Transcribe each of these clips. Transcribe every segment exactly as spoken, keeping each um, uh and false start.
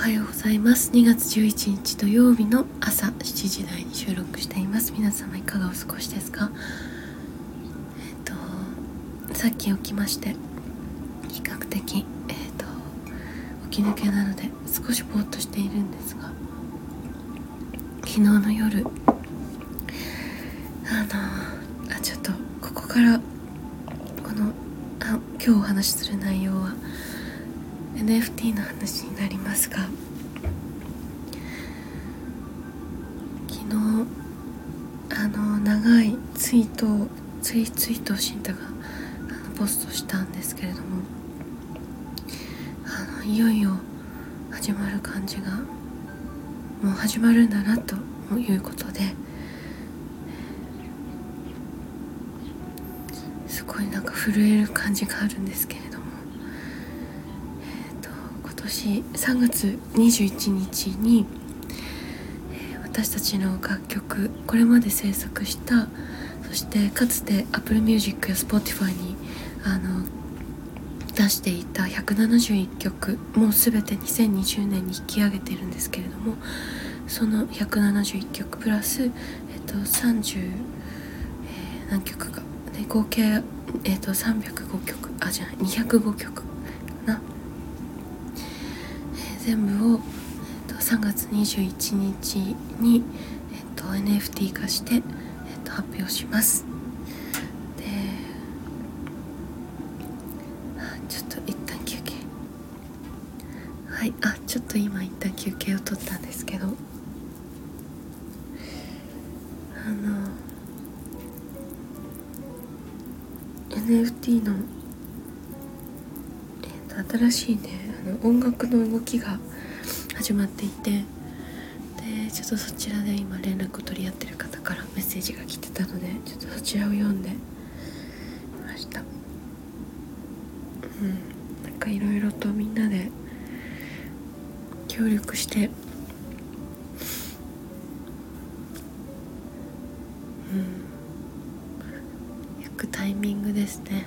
はようございます。にがつじゅういちにち土曜日の朝しちじ台に収録しています。皆様いかがお過ごしですか？えっとさっき起きまして、比較的えっと起き抜けなので少しぼーっとしているんですが、昨日の夜あのあちょっとここからこのあ今日お話しする内容はエヌエフティー の話になりますが、昨日あの長いツイートをツイツイートをシンタがあのポストしたんですけれども、あのいよいよ始まる感じがもう始まるんだなということですごいなんか震える感じがあるんですけれども、今年さんがつにじゅういちにちに、えー、私たちの楽曲これまで制作した、そしてかつて Apple Music や Spotify にあの出していたひゃくななじゅういっきょくもうすべてにせんにじゅうねんに引き上げているんですけれども、そのひゃくななじゅういっきょくプラス、えっと、さんじゅう、えー、何曲か、ね、合計、えっと、さんびゃくごきょくあじゃないにひゃくごきょくかな、えー、全部を、えっと、さんがつにじゅういちにちに、えっと、エヌエフティー 化して、えっと、発表します。でちょっと一旦休憩はいあちょっと今一旦休憩を取ったんですけど、あの エヌエフティー の、えー、と新しいねあの音楽の動きが始まっていて、でちょっとそちらで今連絡を取り合ってる方からメッセージが来てたので、ちょっとそちらを読んでみました。うんなんかいろいろとみんなで協力してうん行くタイミングですね。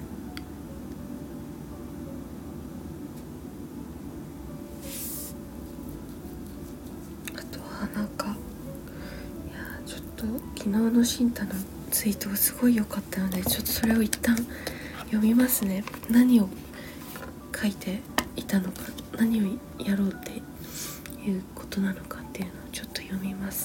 あとはなんかいやちょっと昨日のシンタのツイートがすごい良かったので、ちょっとそれを一旦読みますね。何を書いていたのか、何をやろうっていうことなのかっていうのをちょっと読みます。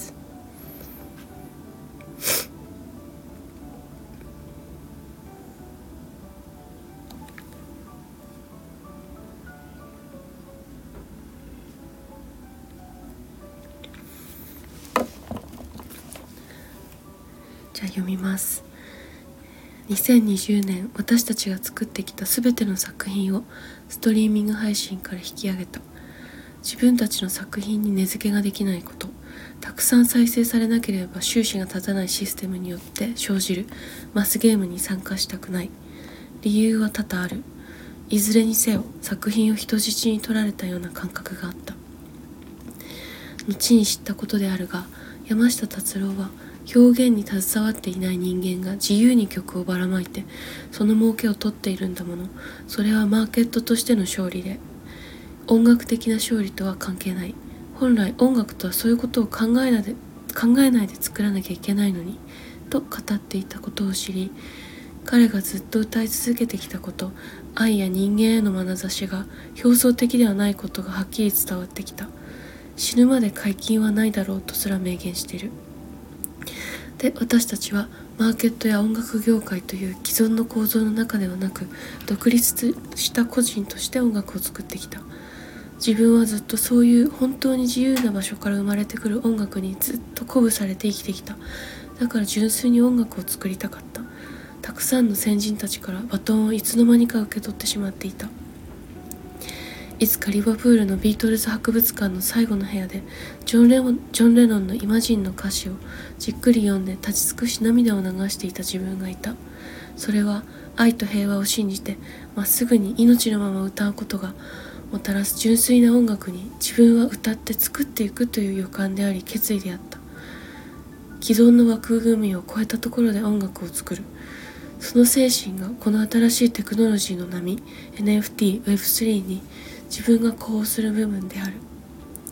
じゃあ読みます。にせんにじゅうねん、私たちが作ってきたすべての作品をストリーミング配信から引き上げた。自分たちの作品に値付けができないこと、たくさん再生されなければ収支が立たないシステムによって生じるマスゲームに参加したくない。理由は多々ある。いずれにせよ作品を人質に取られたような感覚があった。後に知ったことであるが、山下達郎は表現に携わっていない人間が自由に曲をばらまいてその儲けを取っているんだもの。それはマーケットとしての勝利で、音楽的な勝利とは関係ない。本来音楽とはそういうことを考えないで考えないで作らなきゃいけないのにと語っていたことを知り、彼がずっと歌い続けてきたこと、愛や人間への眼差しが表層的ではないことがはっきり伝わってきた。死ぬまで解禁はないだろうとすら明言している。で、私たちはマーケットや音楽業界という既存の構造の中ではなく、独立した個人として音楽を作ってきた。自分はずっとそういう本当に自由な場所から生まれてくる音楽にずっと鼓舞されて生きてきた。だから純粋に音楽を作りたかった。たくさんの先人たちからバトンをいつの間にか受け取ってしまっていた。いつかリバプールのビートルズ博物館の最後の部屋でジョン・レモン、ジョン・レノンのイマジンの歌詞をじっくり読んで立ち尽くし涙を流していた自分がいた。それは愛と平和を信じてまっすぐに命のまま歌うことがもたらす純粋な音楽に自分は歌って作っていくという予感であり決意であった。既存の枠組みを超えたところで音楽を作る。その精神がこの新しいテクノロジーの波 エヌエフティー、ウェブスリー に自分が呼応する部分である。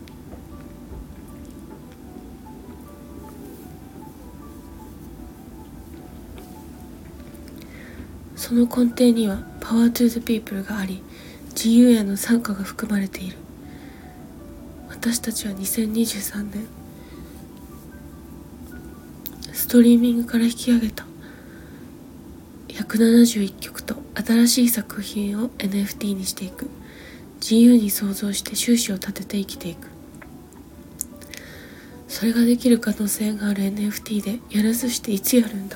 その根底にはパワートゥーザピープルがあり、自由への参加が含まれている。私たちはにせんにじゅうさんねんストリーミングから引き上げたひゃくななじゅういっきょくと新しい作品を エヌエフティー にしていく。自由に創造して収支を立てて生きていく。それができる可能性がある エヌエフティー でやらずしていつやるんだ。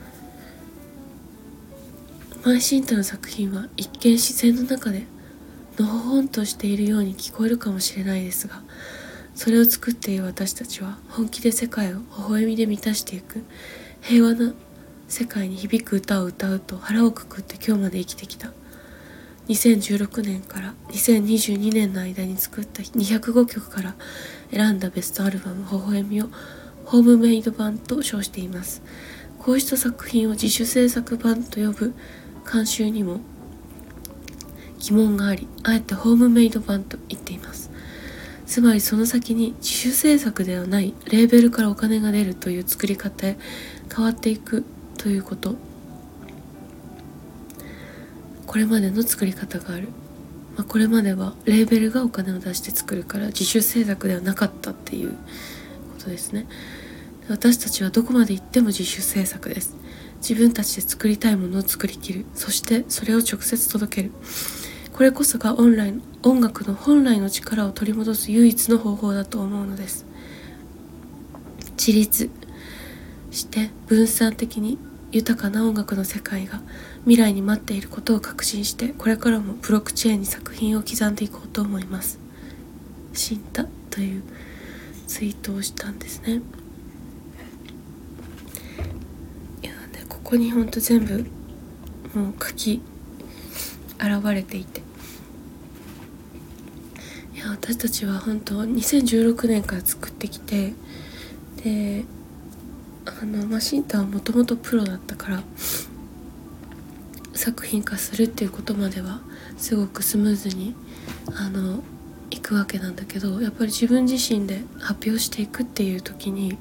マイシンタの作品は一見自然の中でのほほんとしているように聞こえるかもしれないですが、それを作っている私たちは本気で世界を微笑みで満たしていく平和な世界に響く歌を歌うと腹をくくって今日まで生きてきた。にせんじゅうろくねんからにせんにじゅうにねんの間に作ったにひゃくごきょくから選んだベストアルバム微笑みをホームメイド版と称しています。こうした作品を自主制作版と呼ぶ慣習にも疑問があり、あえてホームメイド版と言っています。つまりその先に自主制作ではないレーベルからお金が出るという作り方へ変わっていくということ。これまでの作り方がある、まあ、これまではレーベルがお金を出して作るから自主制作ではなかったっていうことですね。私たちはどこまで行っても自主制作です。自分たちで作りたいものを作りきる、そしてそれを直接届ける。これこそがオンライン音楽の本来の力を取り戻す唯一の方法だと思うのです。自立して分散的に豊かな音楽の世界が未来に待っていることを確信して、これからもブロックチェーンに作品を刻んでいこうと思います。シンタというツイートをしたんですね。いやね、ここにほんと全部もう書き現れていて、いや私たちは本当にせんじゅうろくねんから作ってきて、であのまあシンタはもともとプロだったから作品化するっていうことまではすごくスムーズにあのいくわけなんだけど、やっぱり自分自身で発表していくっていう時に、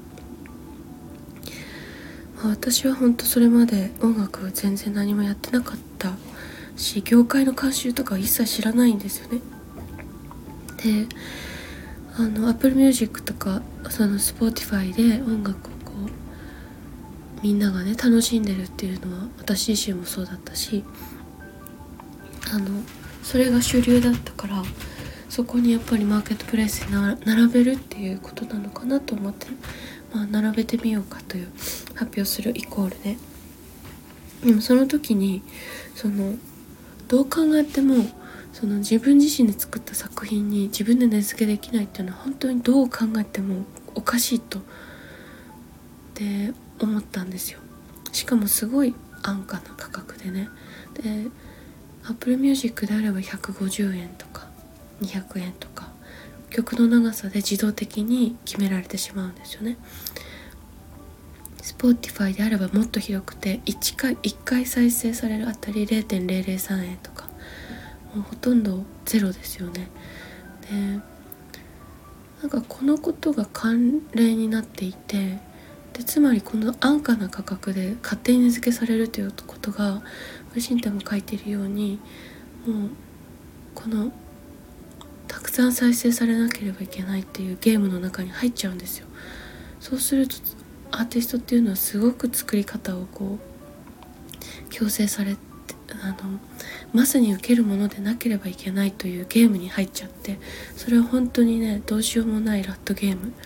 まあ、私は本当それまで音楽全然何もやってなかったし、業界の慣習とかは一切知らないんですよね。で、あの Apple Music とかその Spotify で音楽をこうみんながね楽しんでるっていうのは私自身もそうだったし、あのそれが主流だったから、そこにやっぱりマーケットプレイスに並べるっていうことなのかなと思って、まあ、並べてみようかという発表するイコールで、でもその時にそのどう考えてもその自分自身で作った作品に自分で値付けできないっていうのは本当にどう考えてもおかしいとって思ったんですよ。しかもすごい安価な価格でね。で Apple Music であればひゃくごじゅうえんとかにひゃくえんとか曲の長さで自動的に決められてしまうんですよね。Spotify であればもっと広くて いっかい、いっかい再生されるあたり れいてんぜろぜろさんえんとか、もうほとんどゼロですよね。でなんかこのことが慣例になっていて、でつまりこの安価な価格で勝手に値付けされるということがシンタも書いているように、もうこのたくさん再生されなければいけないっていうゲームの中に入っちゃうんですよ。そうするとアーティストっていうのはすごく作り方をこう強制されて、あのまさに受けるものでなければいけないというゲームに入っちゃって、それは本当にねどうしようもないラットゲーム、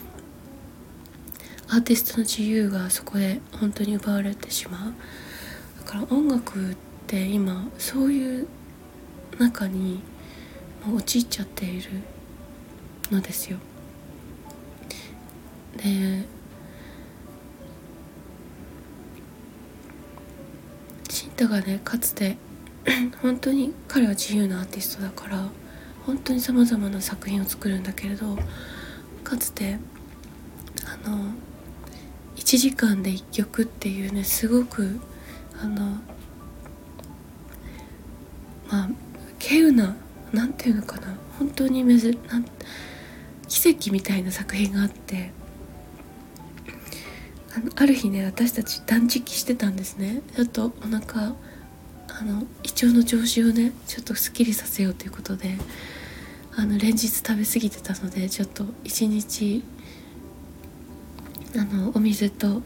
アーティストの自由がそこで本当に奪われてしまう。だから音楽って今そういう中にもう陥っちゃっているのですよ。でシンタがねかつて本当に彼は自由なアーティストだから本当にさまざまな作品を作るんだけれど、かつてあのいちじかんでいっきょくっていうねすごくあのまあ稀有ななんていうのかな、本当に珍なん奇跡みたいな作品があって、あのある日ね私たち断食してたんですね。ちょっとお腹あの胃腸の調子をねちょっとすっきりさせようということで、あの連日食べ過ぎてたので、ちょっと一日あのお水と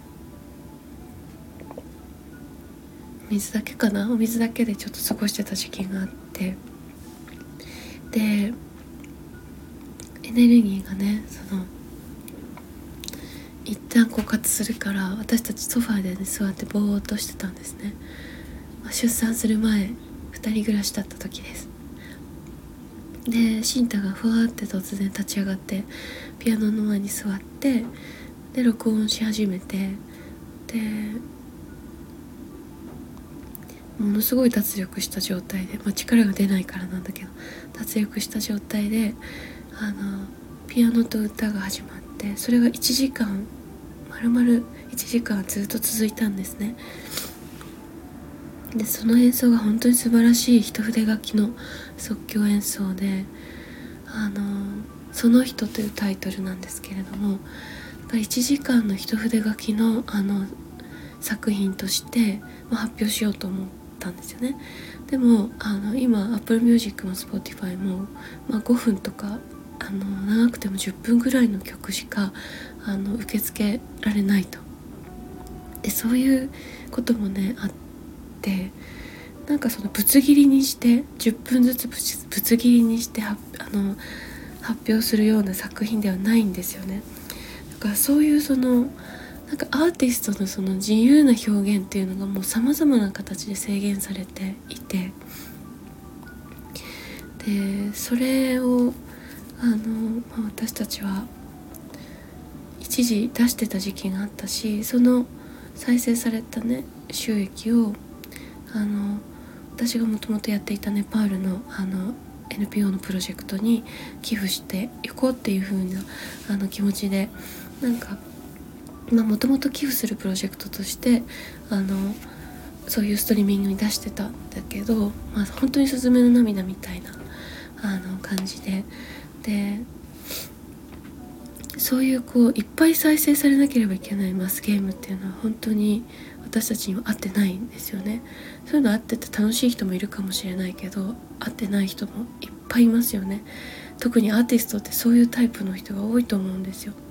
水だけかなお水だけでちょっと過ごしてた時期があって、でエネルギーがねその一旦枯渇するから、私たちソファーで、ね、座ってぼーっとしてたんですね。まあ、出産する前ふたり暮らしだった時です。でシンタがふわって突然立ち上がってピアノの前に座ってで録音し始めて、でものすごい脱力した状態で、まあ、力が出ないからなんだけど脱力した状態であのピアノと歌が始まって、それがいちじかん丸々いちじかんずっと続いたんですね。でその演奏が本当に素晴らしい一筆書きの即興演奏で、あのその人というタイトルなんですけれども、やっぱりいちじかんの一筆書きのあの作品として、まあ、発表しようと思ったんですよね。でもあの今 Apple Music も Spotify も、まあ、ごふんとかあの長くてもじゅっぷんぐらいの曲しかあの受け付けられないと。でそういうこともねあって、なんかそのぶつ切りにしてじゅっぷんずつぶつ切りにしてはあの発表するような作品ではないんですよね。だからそういうそのなんかアーティストのその自由な表現っていうのがもう様々な形で制限されていて、でそれをあの、まあ、私たちは一時出してた時期があったし、その再生されたね収益をあの私がもともとやっていたネパールのあの エヌピーオー のプロジェクトに寄付していこうっていう風なあの気持ちで、なんかもともと寄付するプロジェクトとしてあのそういうストリーミングに出してたんだけど、まあ、本当にスズメの涙みたいなあの感じで、でそういうこういっぱい再生されなければいけないマスゲームっていうのは本当に私たちには合ってないんですよね。そういうの合ってて楽しい人もいるかもしれないけど、合ってない人もいっぱいいますよね。特にアーティストってそういうタイプの人が多いと思うんですよ。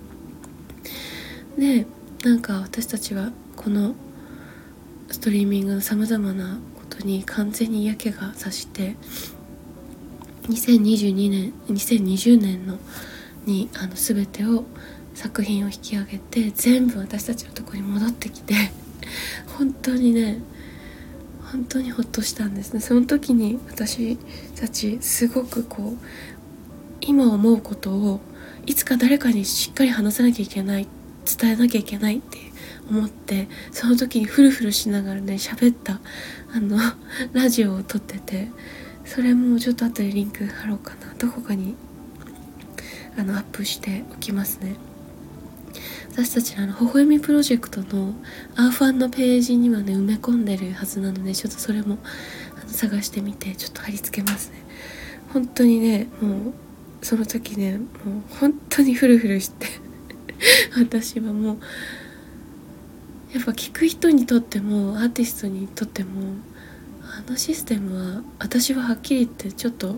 でなんか私たちはこのストリーミングのさまざまなことに完全に嫌気がさしてにせんにじゅうにねんにせんにじゅうねんのにあの全てを作品を引き上げて全部私たちのところに戻ってきて本当にね本当にほっとしたんですね。その時に私たちすごくこう今思うことをいつか誰かにしっかり話さなきゃいけない、伝えなきゃいけないって思って、その時にフルフルしながらね喋ったあのラジオを撮ってて、それもちょっと後でリンク貼ろうかな、どこかにあのアップしておきますね。私たちのあの微笑みプロジェクトのアーファンのページにはね埋め込んでるはずなので、ちょっとそれもあの探してみてちょっと貼り付けますね。本当にねもうその時ねもう本当にフルフルして私はもうやっぱ聞く人にとってもアーティストにとってもあのシステムは私ははっきり言ってちょっと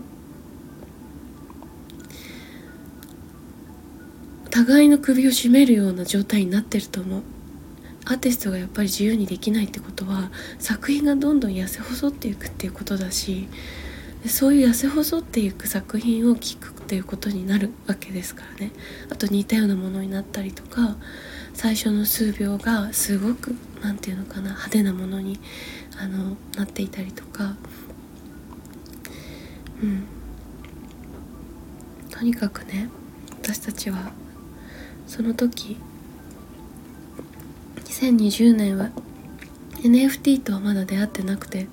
互いの首を絞めるような状態になってると思う。アーティストがやっぱり自由にできないってことは作品がどんどん痩せ細っていくっていうことだし、そういう痩せ細っていく作品を聴くっていうことになるわけですからね。あと似たようなものになったりとか、最初の数秒がすごくなんていうのかな派手なものにあのなっていたりとか、うんとにかくね私たちはその時にせんにじゅうねんは エヌエフティー とはまだ出会ってなくて、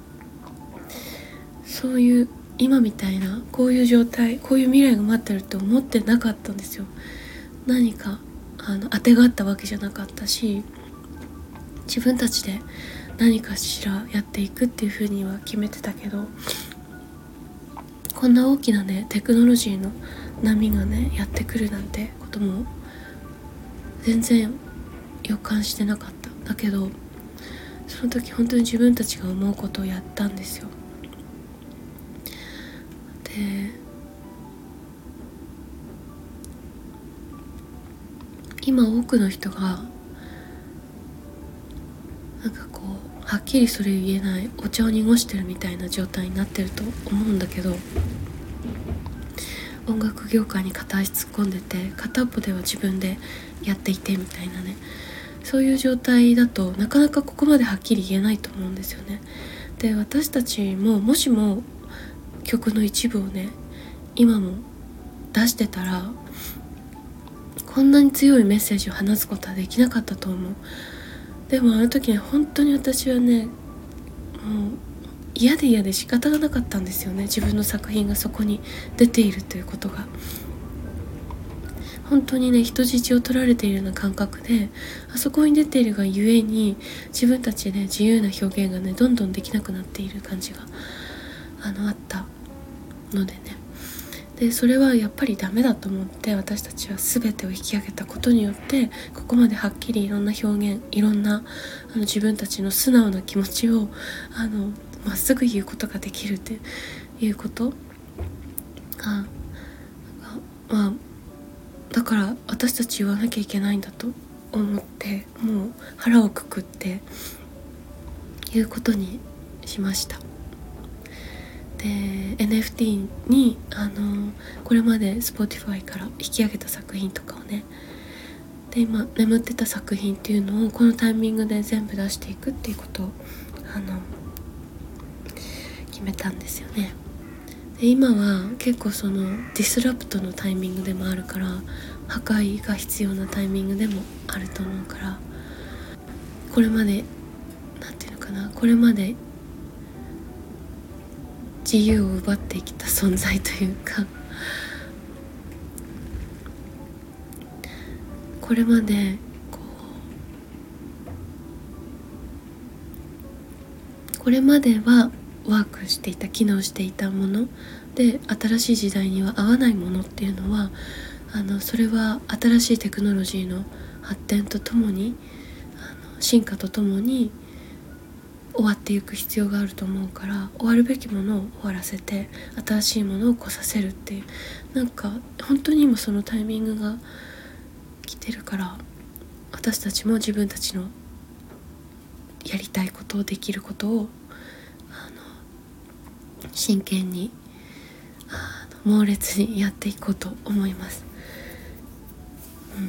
そういう今みたいなこういう状態、こういう未来が待ってるって思ってなかったんですよ。何かあの当てがあったわけじゃなかったし、自分たちで何かしらやっていくっていう風には決めてたけど、こんな大きなねテクノロジーの波がねやってくるなんてことも全然予感してなかった。だけどその時本当に自分たちが思うことをやったんですよ。で今多くの人がなんかこうはっきりそれ言えないお茶を濁してるみたいな状態になってると思うんだけど、音楽業界に片足突っ込んでて片っぽでは自分でやっていてみたいなね、そういう状態だとなかなかここまではっきり言えないと思うんですよね。で私たちももしも曲の一部をね今も出してたらこんなに強いメッセージを話すことはできなかったと思う。でもあの時ね本当に私はねもう嫌で嫌で仕方がなかったんですよね。自分の作品がそこに出ているということが本当にね人質を取られているような感覚で、あそこに出ているがゆえに自分たちで自由な表現がねどんどんできなくなっている感じがあのあったのでね、でそれはやっぱりダメだと思って、私たちは全てを引き上げたことによってここまではっきりいろんな表現、いろんなあの自分たちの素直な気持ちをあのまっすぐ言うことができるっていうことが、まあだから私たち言わなきゃいけないんだと思ってもう腹をくくって言うことにしました。で エヌエフティー にあのこれまで Spotify から引き上げた作品とかをね、で今眠ってた作品っていうのをこのタイミングで全部出していくっていうことをあの決めたんですよね。で今は結構そのディスラプトのタイミングでもあるから、破壊が必要なタイミングでもあると思うから、これまでなんていうのかな、これまで自由を奪ってきた存在というか、これまでこうこれまではワークしていた、機能していたもので新しい時代には合わないものっていうのはあのそれは新しいテクノロジーの発展とともにあの進化とともに終わっていく必要があると思うから、終わるべきものを終わらせて新しいものを来させるっていう、なんか本当に今そのタイミングが来てるから、私たちも自分たちのやりたいことをできることをあの真剣にあの猛烈にやっていこうと思います。うん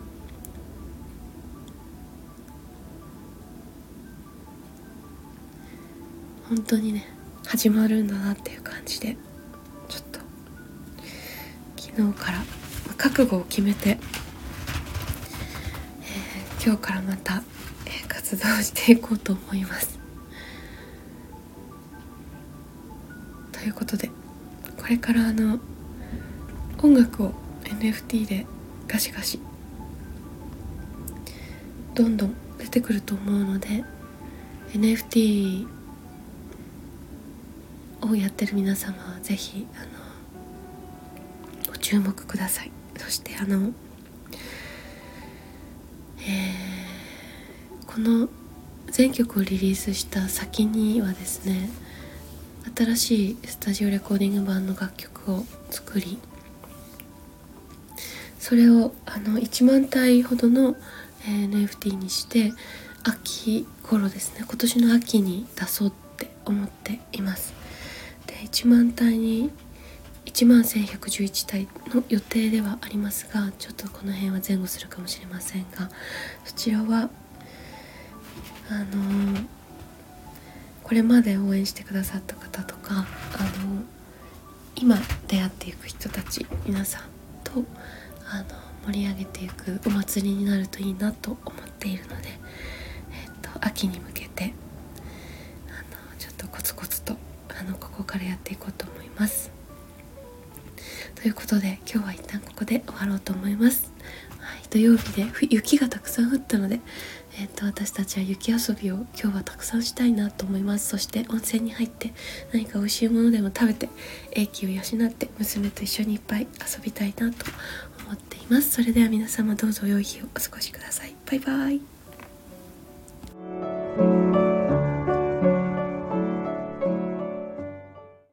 本当にね始まるんだなっていう感じで、ちょっと昨日から覚悟を決めて、えー、今日からまた、えー、活動していこうと思います。ということでこれからあの音楽を エヌエフティー でガシガシどんどん出てくると思うので、 エヌエフティーをやってる皆様はぜひあのご注目ください。そしてあの、えー、この全曲をリリースした先にはですね、新しいスタジオレコーディング版の楽曲を作り、それをあのいちまんたいほどの エヌエフティー にして秋頃ですね、今年の秋に出そうって思っています。でいちまんたいにいちまんせんひゃくじゅういちたいの予定ではありますが、ちょっとこの辺は前後するかもしれませんが、そちらはあのー、これまで応援してくださった方とか、あのー、今出会っていく人たち皆さんとあの盛り上げていくお祭りになるといいなと思っているので、えー、と秋に向けてあのちょっとコツコツとあのここからやっていこうと思います。ということで今日は一旦ここで終わろうと思います。はい、土曜日で雪がたくさん降ったので、えー、と私たちは雪遊びを今日はたくさんしたいなと思います。そして温泉に入って何か美味しいものでも食べて英気を養って娘と一緒にいっぱい遊びたいなと思っています。それでは皆様どうぞ良い日をお過ごしください。バイバイ。